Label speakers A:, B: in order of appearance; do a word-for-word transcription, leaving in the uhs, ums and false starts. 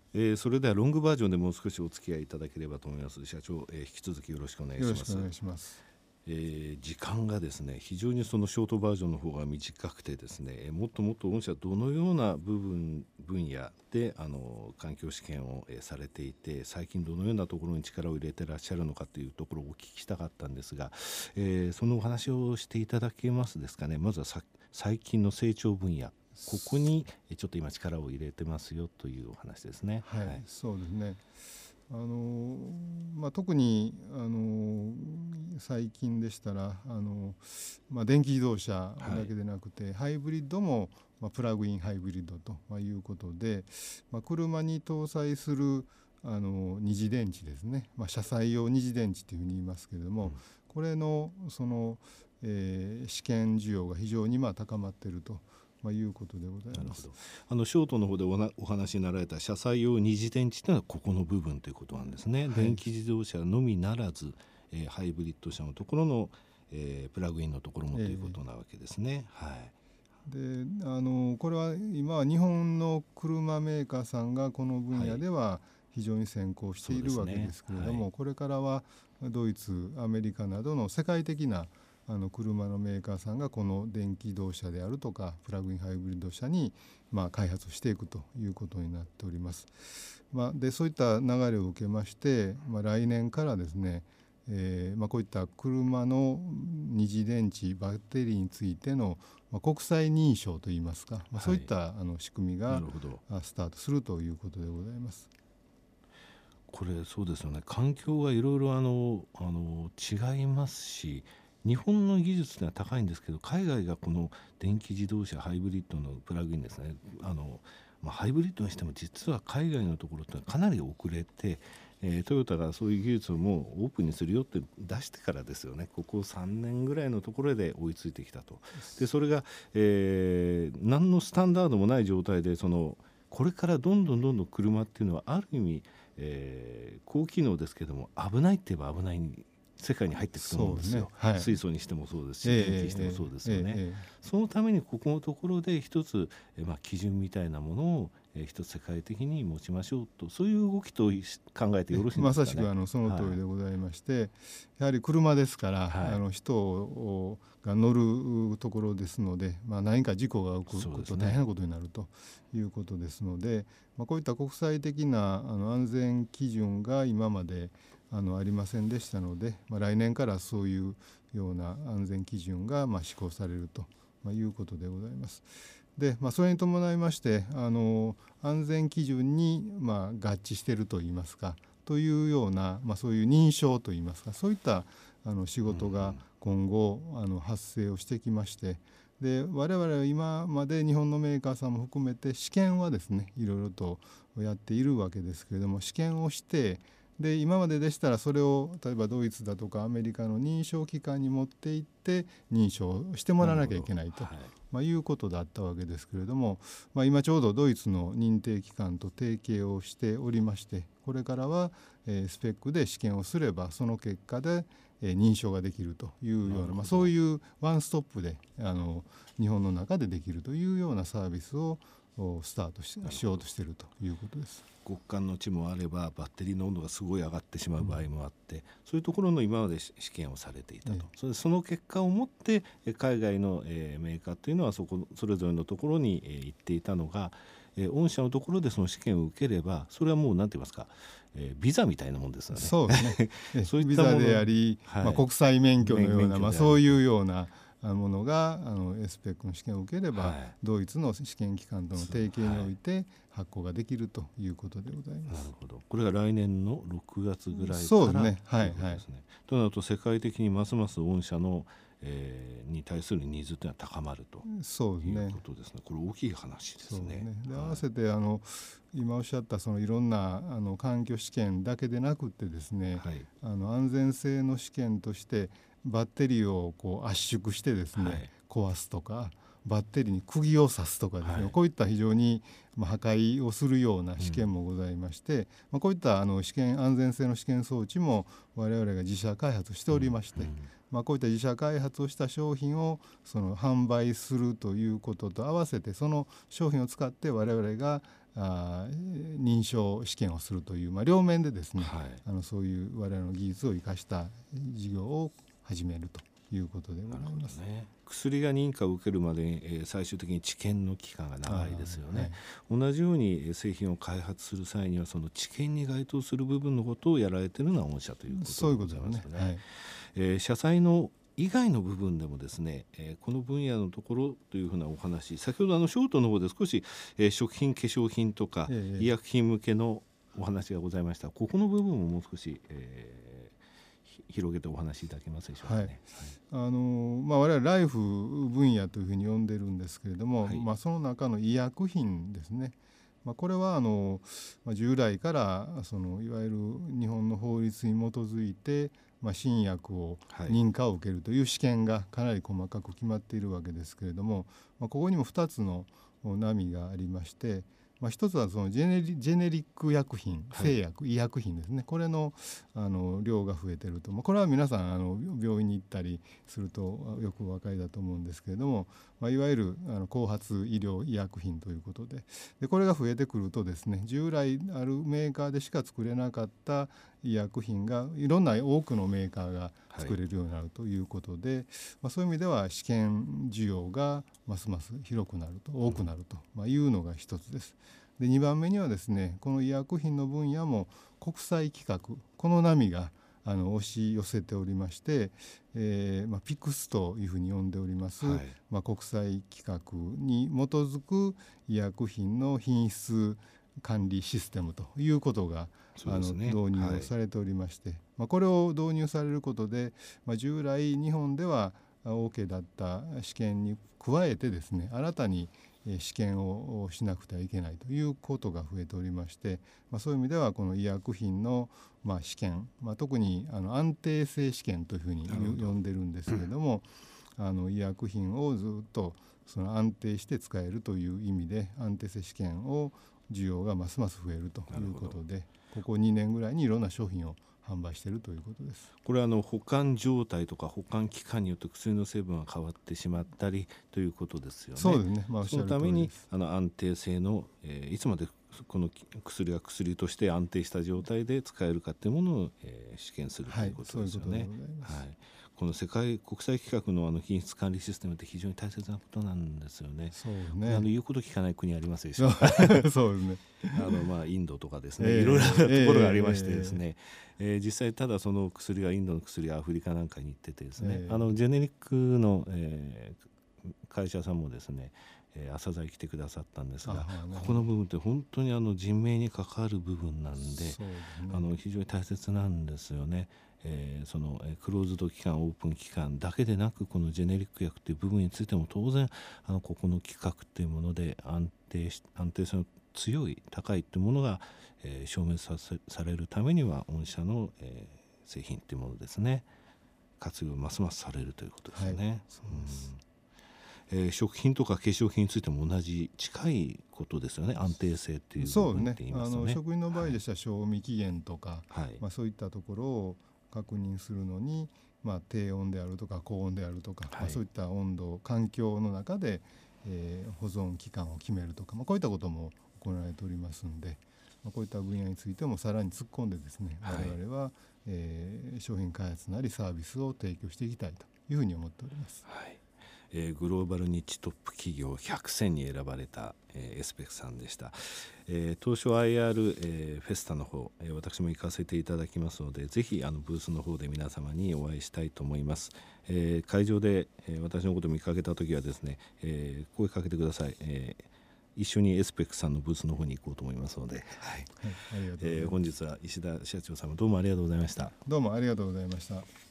A: えー、それではロングバージョンでもう少しお付き合いいただければと思います。社長、えー、引き続きよろしくお願いします。
B: よろしくお願いします。
A: えー、時間がですね、非常にそのショートバージョンの方が短くてですね、もっともっと御社どのような部分分野であの環境試験を、えー、されていて、最近どのようなところに力を入れてらっしゃるのかというところをお聞きしたかったんですが、えー、そのお話をしていただけますですかね。まずはさ最近の成長分野、ここにちょっと今力を入れてますよというお話ですね。
B: はい、はい、そうですね。あのまあ、特にあの最近でしたらあの、まあ、電気自動車だけでなくて、はい、ハイブリッドも、まあ、プラグインハイブリッドということで、まあ、車に搭載するあの二次電池ですね、まあ、車載用二次電池というふうに言いますけれども、うん、これのその、えー、試験需要が非常にまあ高まっていると。まあ、いうことでございます。なるほど。
A: あのショートの方で お, なお話になられた車載用二次電池というのはここの部分ということなんですね。はい、電気自動車のみならず、えー、ハイブリッド車のところの、えー、プラグインのところもということなわけですね。えー、はい。
B: であのこれは今は日本の車メーカーさんがこの分野では非常に先行しているわけですけれども、はいね、これからはドイツ、アメリカなどの世界的なあの車のメーカーさんがこの電気自動車であるとかプラグインハイブリッド車にまあ開発していくということになっております。まあ、でそういった流れを受けまして、まあ、来年からですね、えーまあ、こういった車の二次電池バッテリーについての、まあ、国際認証といいますか、まあ、そういった、はい、あの仕組みがスタートするということでございます。
A: これそうですよね。環境がいろいろあのあの違いますし、日本の技術は高いんですけど、海外がこの電気自動車ハイブリッドのプラグインですね、あの、まあ、ハイブリッドにしても実は海外のところってかなり遅れて、えー、トヨタがそういう技術をもうオープンにするよって出してからですよね。ここさんねんぐらいのところで追いついてきたと。でそれが、えー、何のスタンダードもない状態でそのこれからどんどんどんどん車っていうのはある意味、えー、高機能ですけども危ないって言えば危ない世界に入っていくと思うんですよ。す、ね、はい、水素にしてもそうですし、電気にしてもそうですよね。えーえーえー、そのためにここのところで一つ、えーまあ、基準みたいなものを、えー、一つ世界的に持ちましょうと、そういう動きと考えてよろしいんですかね。
B: まさしくあのその通りでございまして、はい、やはり車ですから、はい、あの人が乗るところですので、まあ、何か事故が起こると大変なことになるということですので、まあ、こういった国際的なあの安全基準が今まであのありませんでしたので、まあ、来年からそういうような安全基準がまあ施行されると、まあ、いうことでございます。で、まあ、それに伴いましてあの安全基準にまあ合致しているといいますかというような、まあ、そういう認証といいますかそういったあの仕事が今後あの発生をしてきまして、で我々は今まで日本のメーカーさんも含めて試験はですねいろいろとやっているわけですけれども、試験をしてで今まででしたらそれを例えばドイツだとかアメリカの認証機関に持っていって認証してもらわなきゃいけないと、はい、まあ、いうことだったわけですけれども、まあ、今ちょうどドイツの認定機関と提携をしておりまして、これからは、えー、スペックで試験をすればその結果で、えー、認証ができるというような、まあ、そういうワンストップであの日本の中でできるというようなサービスをスタート し, しようとしているということです。
A: 極寒の地もあればバッテリーの温度がすごい上がってしまう場合もあって、うん、そういうところの今まで試験をされていたと、ね、それその結果をもって海外の、えー、メーカーというのはそこそれぞれのところに、えー、行っていたのが、えー、御社のところでその試験を受ければそれはもう何て言いますか、えー、ビザみたいなもんですよね。
B: そうですねそういったものビザであり、はい、まあ、国際免許のような、まあ、そういうようなものがあのエスペックの試験を受ければ、はい、ドイツの試験機関との提携において発行ができるということでございます。
A: なるほど。これが来年のろくがつぐらいから
B: そうですね、はいはい、
A: となると世界的にますます御社の、えー、に対するニーズというのは高まると
B: そうですね、
A: いうことですね。これ大きい話ですね。
B: ねで
A: はい、
B: 合わせてあの今おっしゃったそのいろんなあの環境試験だけでなくってですね、はい、あの安全性の試験としてバッテリーをこう圧縮してですね、はい、壊すとかバッテリーに釘を刺すとかですね、はい、こういった非常にまあ破壊をするような試験もございまして、うん、まあ、こういったあの試験安全性の試験装置も我々が自社開発しておりまして、うんうん、 まあ、こういった自社開発をした商品をその販売するということと合わせて、その商品を使って我々があ認証試験をするという、まあ、両面でですね、はい、あのそういう我々の技術を生かした事業を始めるということでございます。
A: ね、薬が認可を受けるまでに、えー、最終的に治験の期間が長いですよね、はい、同じように製品を開発する際にはその治験に該当する部分のことをやられているのは御社ということでございますね。そういうことですね、はい、えー、社債の以外の部分でもですね、えー、この分野のところというふうなお話、先ほどあのショートの方で少し、えー、食品化粧品とか、えー、医薬品向けのお話がございました。ここの部分ももう少し、えー、広げてお話しいただけますでしょうかね。はい、
B: あのまあ、我々ライフ分野というふうに呼んでるんですけれども、はい、まあ、その中の医薬品ですね、まあ、これはあの、まあ、従来からそのいわゆる日本の法律に基づいて、まあ、新薬を認可を受けるという試験がかなり細かく決まっているわけですけれども、まあ、ここにもふたつの波がありまして、まあ、一つはそのジェネリ、ジェネリック薬品、製薬、はい、医薬品ですね、これ の, あの量が増えていると、まあ、これは皆さんあの病院に行ったりするとよくお分かりだと思うんですけれども、まあ、いわゆるあの後発医療医薬品ということ で, でこれが増えてくるとですね、従来あるメーカーでしか作れなかった医薬品がいろんな多くのメーカーが作れるようになるということで、はい、まあ、そういう意味では試験需要がますます広くなると、多くなると、まあ、いうのが一つです。でにばんめにはですね、この医薬品の分野も国際規格、この波があの押し寄せておりまして、えーまあ、ピクスというふうに呼んでおります、はい、まあ、国際規格に基づく医薬品の品質管理システムということが、ね、あの導入をされておりまして、はい、まあ、これを導入されることで、まあ、従来日本では OK だった試験に加えてですね、新たに試験をしなくてはいけないということが増えておりまして、まあ、そういう意味ではこの医薬品のまあ試験、まあ、特にあの安定性試験というふうに呼んでるんですけれども、うん、あの医薬品をずっとその安定して使えるという意味で安定性試験を需要がますます増えるということで、ここにねんぐらいにいろんな商品を販売しているということです。
A: これはあの保管状態とか保管期間によって薬の成分が変わってしまったりということですよね。
B: そうですね、まあ、
A: そのためにあの安定性の、えー、いつまでこの薬が薬として安定した状態で使えるかというものを、えー、試験するということですよね。はい、そういうことでございます。はい、この世界国際規格のあの品質管理システムって非常に大切なことなんですよね。
B: そうね、
A: あの言うこと聞かない国ありますでしょうか。
B: そうですね。
A: あのまあインドとかですね、えー、いろいろなところがありましてですね、えーえー、実際ただその薬がインドの薬がアフリカなんかに行っててですね、えー、あのジェネリックの、えー、会社さんもですね、えー、朝鮮来てくださったんですが、ここの部分って本当にあの人命に関わる部分なん で, で、ね、あの非常に大切なんですよね。えー、そのえー、クローズド期間オープン期間だけでなく、このジェネリック薬という部分についても当然あのここの規格というもので安定し安定性の強い高いというものが、えー、証明させされるためには御社の、えー、製品というものですね、活用ますますされるということですよね。はい、そうです。うん、えー、食品とか化粧品についても同じ近いことですよね。安定性っていう部分って言いますとね。
B: そうね、あの食品の場合でしたら賞味期限とか、はい、まあ、そういったところを確認するのに、まあ、低温であるとか高温であるとか、はい、まあ、そういった温度環境の中で、えー、保存期間を決めるとか、まあ、こういったことも行われておりますので、まあ、こういった分野についてもさらに突っ込んでですね、はい、我々は、えー、商品開発なりサービスを提供していきたいというふうに思っております。
A: はい、えー、グローバルニッチトップ企業ひゃく選に選ばれた、えー、エスペクさんでした。えー、東証 アイアール、えー、フェスタの方、えー、私も行かせていただきますので、ぜひあのブースの方で皆様にお会いしたいと思います。えー、会場で、えー、私のことを見かけたときはですね、えー、声かけてください。えー、一緒にエスペクさんのブースの方に行こうと思いますので、はい、はい、ありがとうございます。えー、本日は石田社長様どうもありがとうございました。
B: どうもありがとうございました。